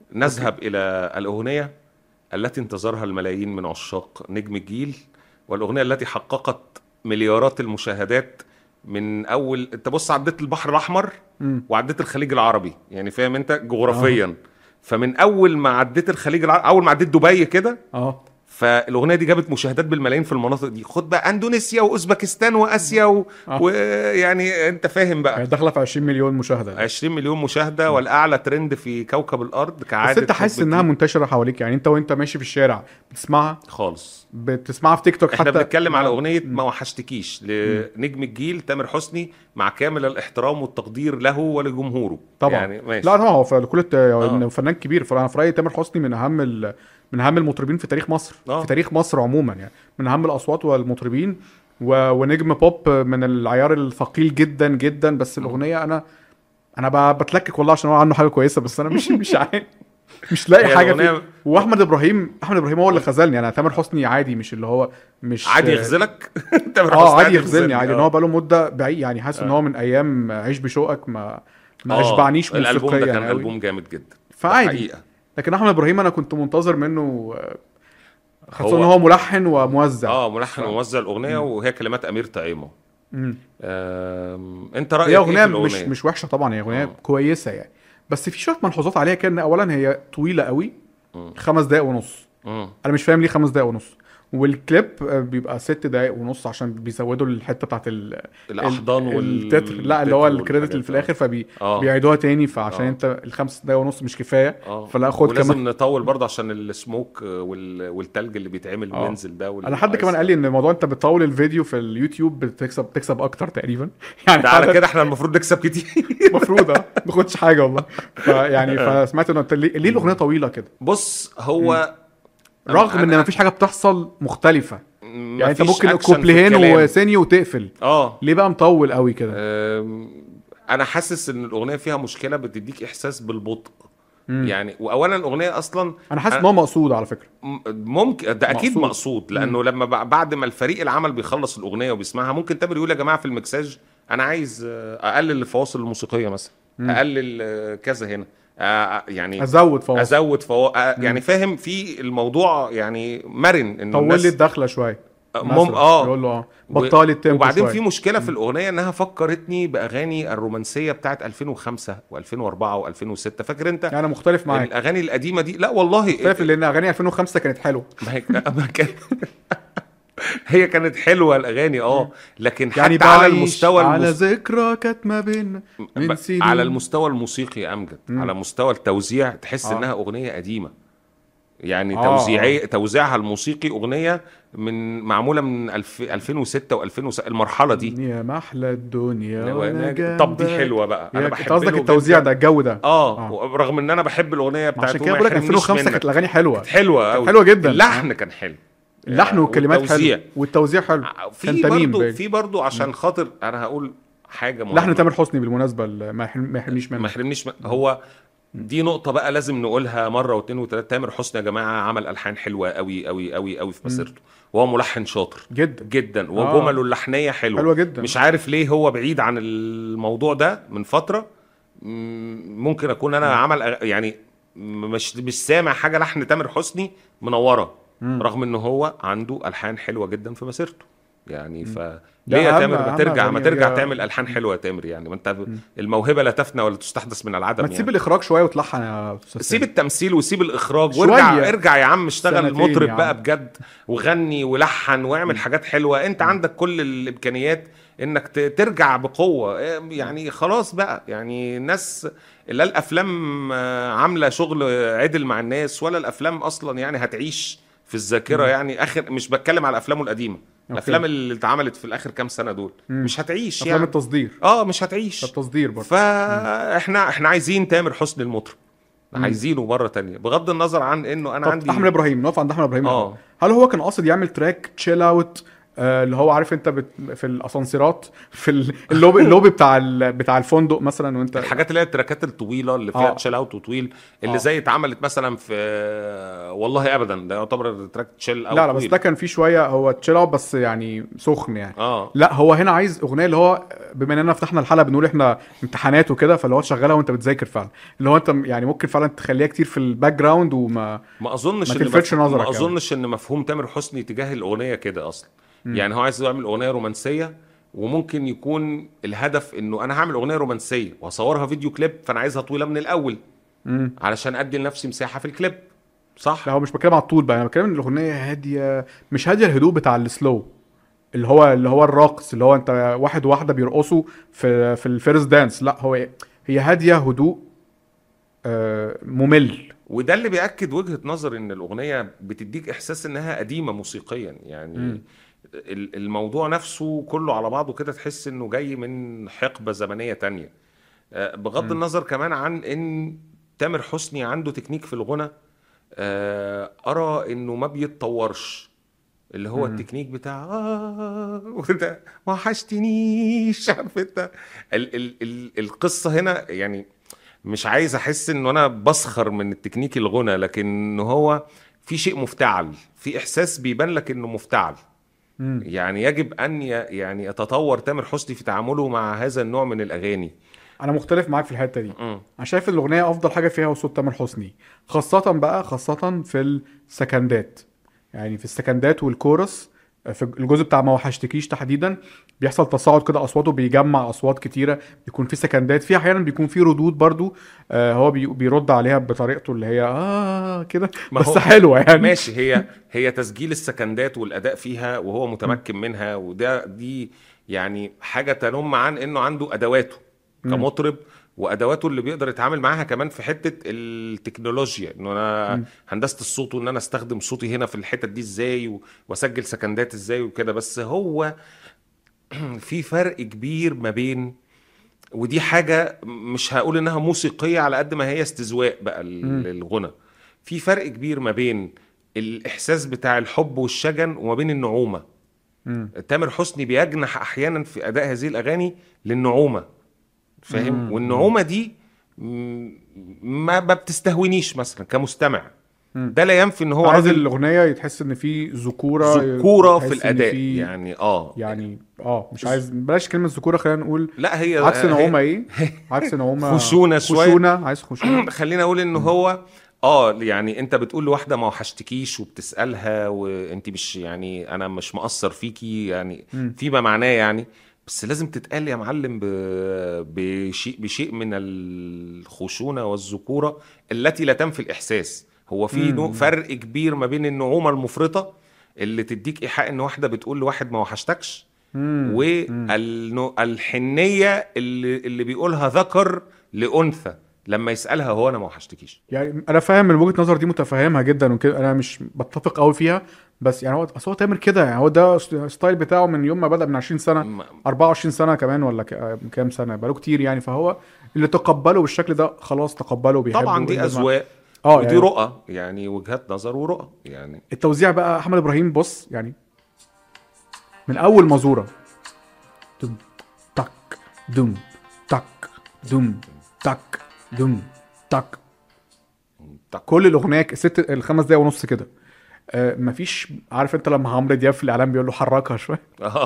نذهب الى الاغنيه التي انتظرها الملايين من عشاق نجم الجيل، والاغنيه التي حققت مليارات المشاهدات من اول. انت بص، عديت البحر الاحمر وعديت الخليج العربي، يعني فاهم انت جغرافيا. فمن اول ما عديت الخليج العربي، اول ما عديت دبي كده، فالاغنيه دي جابت مشاهدات بالملايين في المناطق دي. خد بقى اندونيسيا واوزبكستان واسيا ويعني انت فاهم بقى، داخله في 20 مليون مشاهده. 20 مليون مشاهده، والاعلى ترند في كوكب الارض كعاده. بس انت حاسس انها منتشره حواليك؟ يعني انت وانت ماشي في الشارع بتسمعها خالص؟ بتسمعها في تيك توك حتى؟ احنا بنتكلم على اغنيه ما وحشتكيش لنجم الجيل تامر حسني، مع كامل الاحترام والتقدير له ولجمهوره طبعا. يعني ماشي. لا طبعا، هو في كل فنان كبير. فانا في رايي تامر حسني من اهم المطربين في تاريخ مصر. في تاريخ مصر عموما، يعني من اهم الاصوات والمطربين ونجم بوب من العيار الثقيل جدا جدا. بس الاغنيه انا بتلكك والله عشان هو عنه حاجه كويسه، بس انا مش عارف، مش لاقي حاجه فيه. واحمد ابراهيم هو اللي خذلني. انا تامر حسني عادي، مش اللي هو مش عادي يخذلك. عادي يخذلني عادي. ان هو بقاله مده بعيد، يعني حاسس ان هو من ايام عيش بشوقك ما اشبعنيش موسيقيا. الالبوم ده كان البوم جامد جدا فعادي. لكن احمد ابراهيم انا كنت منتظر منه، خاصه ان هو ملحن وموزع. ملحن وموزع الاغنيه، وهي كلمات امير طعيمه. انت رايك هي اغنيه ايه؟ مش وحشه طبعا، هي اغنيه كويسه يعني. بس في شويه ملحوظات عليها كده. اولا هي طويله قوي، 5 دقايق ونص. انا مش فاهم ليه 5 دقايق ونص. والكليب بيبقى 6 دقايق ونص عشان بيزودوا الحته بتاعت الاحضان والتتر. لا، اللي هو الكريدت اللي في الاخر، فبيعيدوها تاني. فعشان انت ال5 دقايق ونص مش كفايه، فلا خد كمان. ولازم نطول برضه عشان السموك والتلج اللي بيتعمل بينزل ده. انا حد كمان قال لي ان الموضوع انت بتطول الفيديو في اليوتيوب بتكسب اكتر تقريبا. يعني ده على كده احنا المفروض نكسب كتير. المفروض ما ناخدش حاجه والله. فيعني فسمعت انه ليه الاغنيه طويله كده. بص، هو رغم ان مفيش حاجه بتحصل مختلفه، يعني انت ممكن كوبلين وثاني وتقفل. ليه بقى مطول قوي كده؟ انا حاسس ان الاغنيه فيها مشكله، بتديك احساس بالبطء. يعني واولا الاغنيه اصلا انا حاسس ان هو مقصود على فكره. ممكن ده اكيد مقصود، لانه لما بعد ما الفريق العمل بيخلص الاغنيه وبيسمعها، ممكن تامر يقول يا جماعه في المكساج انا عايز اقلل الفواصل الموسيقيه مثلا، اقلل كذا هنا، يعني ازود فواصل يعني فاهم في الموضوع، يعني مرن ان طول لي الدخله شويه. يقول له بطال التيمبو. وبعدين في مشكله في الاغنيه انها فكرتني باغاني الرومانسيه بتاعت 2005 و2004 و2006. فاكر انت؟ انا مختلف معاك. الاغاني القديمه دي لا والله مختلف، لان اغاني 2005 كانت حلوه. هي كانت حلوه الاغاني لكن يعني حتى على المستوى على ذكرى كانت ما بين من سنين، على المستوى الموسيقي يا امجد، على مستوى التوزيع تحس انها اغنيه قديمه. يعني توزيعها الموسيقي اغنيه معموله من 2006 و2007 المرحله دي. يا محلى الدنيا وانا طب دي حلوه بقى. انا بحب قصدك التوزيع ده، الجو ده. رغم ان انا بحب الاغنيه بتاعته. عشان كده بقول لك 2005 كانت الاغاني حلوه حلوه جدا. اللحن كان حلو، اللحن والكلمات حلو، والتوزيع حلو. في برضو عشان خاطر انا هقول حاجه مهمه. لحن تامر حسني بالمناسبه ما يحرمنيش منه. هو دي نقطة بقى لازم نقولها مرة واثنين وثلاثة. تامر حسني يا جماعة عمل ألحان حلوة قوي قوي قوي قوي في مسيرته، وهو ملحن شاطر جدا جدا، وجمله اللحنية حلوة جدا. مش عارف ليه هو بعيد عن الموضوع ده من فترة. ممكن أكون أنا عمل يعني مش سامع حاجة لحن تامر حسني منورة، رغم إنه هو عنده ألحان حلوة جدا في مسيرته. يعني ليه يا تامر ما ترجع تعمل ألحان حلوة يا تامر؟ يعني ما انت الموهبة لا تفنى ولا تستحدث من العدم. ما تسيب الإخراج شوية وتلحن يا أستاذ. سيب التمثيل وسيب الإخراج ارجع يا عم اشتغل مطرب بقى بجد، وغني ولحن واعمل حاجات حلوة. انت عندك كل الإمكانيات انك ترجع بقوة. يعني خلاص بقى، يعني الناس لا الأفلام عاملة شغل عدل مع الناس، ولا الأفلام أصلا يعني هتعيش في الذاكرة. يعني مش بتكلم على الأفلام القديمة، الافلام اللي اتعملت في الاخر كام سنه دول مش هتعيش. افلام التصدير مش هتعيش. التصدير برضه. فاحنا عايزين تامر حسني المطرب، عايزينه مره تانية، بغض النظر عن انه انا عندي احمد ابراهيم. نقف عند احمد ابراهيم. هل هو كان قاصد يعمل تراك تشيل اوت اللي هو عارف انت في الاسانسيرات في اللوبي بتاع الفندق مثلا، وانت الحاجات اللي هي التراكات الطويله اللي فيها تشيل اوت وطويل، اللي زي اتعملت مثلا في والله ابدا ده يعتبر تراك تشيل اوت. لا بس ده كان فيه شويه هو تشيل اوت بس يعني سخن يعني. لا هو هنا عايز اغنيه اللي هو بما اننا فتحنا الحلقه بنقول احنا امتحانات وكده، فاللي هو تشغلها وانت بتذاكر فعلا، اللي هو انت يعني ممكن فعلا تخليها كتير في الباك جراوند وما ما اظنش ما اظنش ان مفهوم تامر حسني تجاه الاغنيه كده اصلا. يعني هو عايز يعمل اغنيه رومانسيه، وممكن يكون الهدف انه انا هعمل اغنيه رومانسيه وهصورها فيديو كليب، فانا عايزها طويله من الاول علشان ادي لنفسي مساحه في الكليب، صح؟ لا هو مش بتكلم على الطول بقى، انا بتكلم ان الاغنيه هاديه، مش هاديه الهدوء بتاع السلو اللي هو الرقص اللي هو انت واحد وواحده بيرقصوا في الفيرست دانس. لا هي هاديه هدوء ممل. وده اللي بيأكد وجهة نظر ان الاغنية بتديك احساس انها قديمة موسيقيا يعني. الموضوع نفسه كله على بعضه كده تحس انه جاي من حقبة زمنية تانية. بغض النظر كمان عن ان تامر حسني عنده تكنيك في الغنى ارى انه ما بيتطورش، اللي هو التكنيك بتاع وده ما وحشتنيش، عارف انت القصة هنا يعني. مش عايز احس ان انا بسخر من التكنيك الغنى، لكن هو في شيء مفتعل، في احساس بيبان لك انه مفتعل. يعني يجب ان يعني يتطور تامر حسني في تعامله مع هذا النوع من الاغاني. انا مختلف معاك في الحته دي. انا شايف الاغنيه افضل حاجه فيها هو صوت تامر حسني، خاصه في السكندات، يعني في السكندات والكورس. في الجزء بتاع ما وحشتكيش تحديدا بيحصل تصاعد كده، اصواته بيجمع اصوات كتيره، بيكون في سكندات، في احيانا بيكون في ردود برضو هو بيرد عليها بطريقته اللي هي كده بس حلوه يعني. ماشي، هي تسجيل السكندات والاداء فيها وهو متمكن منها، دي يعني حاجه تنم عن انه عنده ادواته كمطرب، وادواته اللي بيقدر يتعامل معاها كمان في حته التكنولوجيا، انه انا هندسه الصوت وان انا استخدم صوتي هنا في الحتت دي ازاي واسجل سكندات ازاي وكده. بس هو في فرق كبير ما بين، ودي حاجه مش هقول انها موسيقيه على قد ما هي استذواق بقى للغنى. في فرق كبير ما بين الاحساس بتاع الحب والشجن وما بين النعومه. تامر حسني بيجنح احيانا في اداء هذه الاغاني للنعومه، فاهم؟ والنعومه دي ما بتستهونيش مثلا كمستمع. ده لا ينفي ان هو عايز الاغنيه يتحس ان في ذكوره في الاداء يعني يعني مش عايز، بلاش كلمه ذكوره، خلينا نقول لا هي عكس نعومه ايه عكس نعومه خشونه شويه، عايز خشونه. خلينا اقول ان هو يعني انت بتقول لواحده ما وحشتكيش وبتسالها وانت مش يعني انا مش مقصر فيكي يعني فيما معناه يعني، بس لازم تتقال يا معلم بشيء من الخشونه والذكوره التي لا تنفي الاحساس. هو في فرق كبير ما بين النعومه المفرطه اللي تديك ايحاء ان واحده بتقول لواحد ما وحشتكش، والحنيه اللي بيقولها ذكر لانثى لما يسالها هو انا ما وحشتكيش. يعني انا فاهم من وجهه نظر دي، متفهمها جدا وكده، انا مش بتفق قوي فيها، بس يعني هو تامر كده يعني، هو ده ستايل بتاعه من يوم ما بدا، من 20 سنه 24 سنه كمان ولا كام سنه، بقاله كتير يعني. فهو اللي تقبله بالشكل ده خلاص تقبله وبيحبه. طبعا دي اذواق ودي يعني رؤى، يعني وجهات نظر ورؤى. يعني التوزيع بقى احمد ابراهيم، بص يعني من اول مزوره دم تك دم تك دم تك دم تك، كل الاغنيه الخمس دقايق ونص كده. مفيش، عارف انت لما عمرو دياب في الاعلام بيقول له حركها شويه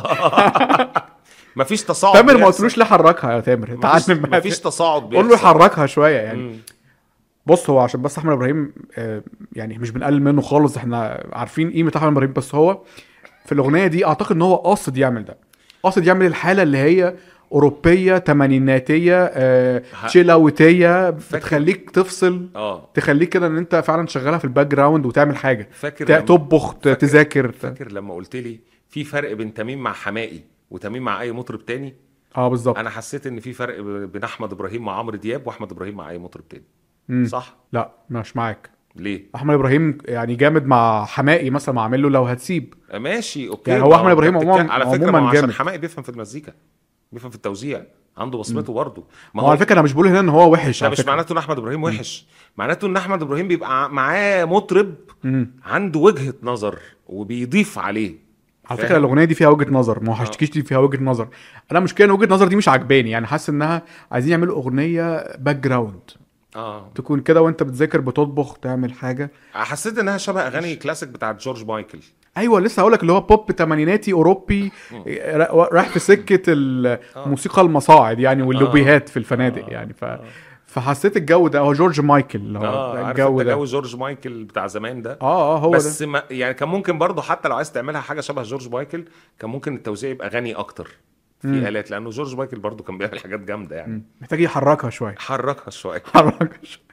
مفيش تصاعد. تامر ما قلتلوش ليه حركها يا تامر، اتعلم. مفيش تصاعد، قول له حركها شويه يعني. بص هو عشان بس احمد ابراهيم يعني مش بنقلل منه خالص، احنا عارفين قيمه احمد ابراهيم، بس هو في الاغنيه دي اعتقد ان هو قاصد يعمل ده، قاصد يعمل الحاله اللي هي اوروبيه تمانيناتيه تشيلاوتيه، بتخليك تفصل، تخليك كده ان انت فعلا شغالها في الباك جراوند وتعمل حاجه، تطبخ، تذاكر. فاكر لما قلت لي في فرق بين تميم مع حماقي وتميم مع اي مطرب تاني؟ بالظبط. انا حسيت ان في فرق بين احمد ابراهيم مع عمرو دياب واحمد ابراهيم مع اي مطرب تاني. صح؟ لا مش معاك. ليه؟ احمد ابراهيم يعني جامد مع حماقي مثلا، مع عامل له لو هتسيب ماشي اوكي، يعني هو احمد ابراهيم على فكره عشان حماقي بيفهم في المزيكا، بيفهم في التوزيع، عنده بصمته برضه. ما هو على فكره انا مش بقول هنا ان هو وحش، مش معناته ان احمد ابراهيم وحش، معناته ان احمد ابراهيم بيبقى معاه مطرب عنده وجهه نظر وبيضيف عليه. على فكره الاغنيه دي فيها وجهه نظر، ما هشتكيش دي فيها وجهه نظر. انا مشكله ان وجهه نظر دي مش عجباني، يعني حاسس انها عايزين يعملوا اغنيه باك جراوند تكون كده وانت بتذاكر بتطبخ تعمل حاجه. حسيت انها شبه اغاني كلاسيك بتاعت جورج مايكل. ايوه لسه هقولك اللي هو بوب تمانيناتي اوروبي راح في سكه الموسيقى المصاعد يعني واللوبيهات في الفنادق يعني فحسيت الجو ده هو جورج مايكل اللي هو الجو ده جو جورج مايكل بتاع زمان ده. هو بس ده. ما يعني كان ممكن برضه حتى لو عايز تعملها حاجه شبه جورج مايكل كان ممكن التوزيع يبقى غني اكتر في آلات، لانه جورج مايكل برضه كان بيعمل حاجات جامده يعني. محتاج يحركها شويه حركها شويه.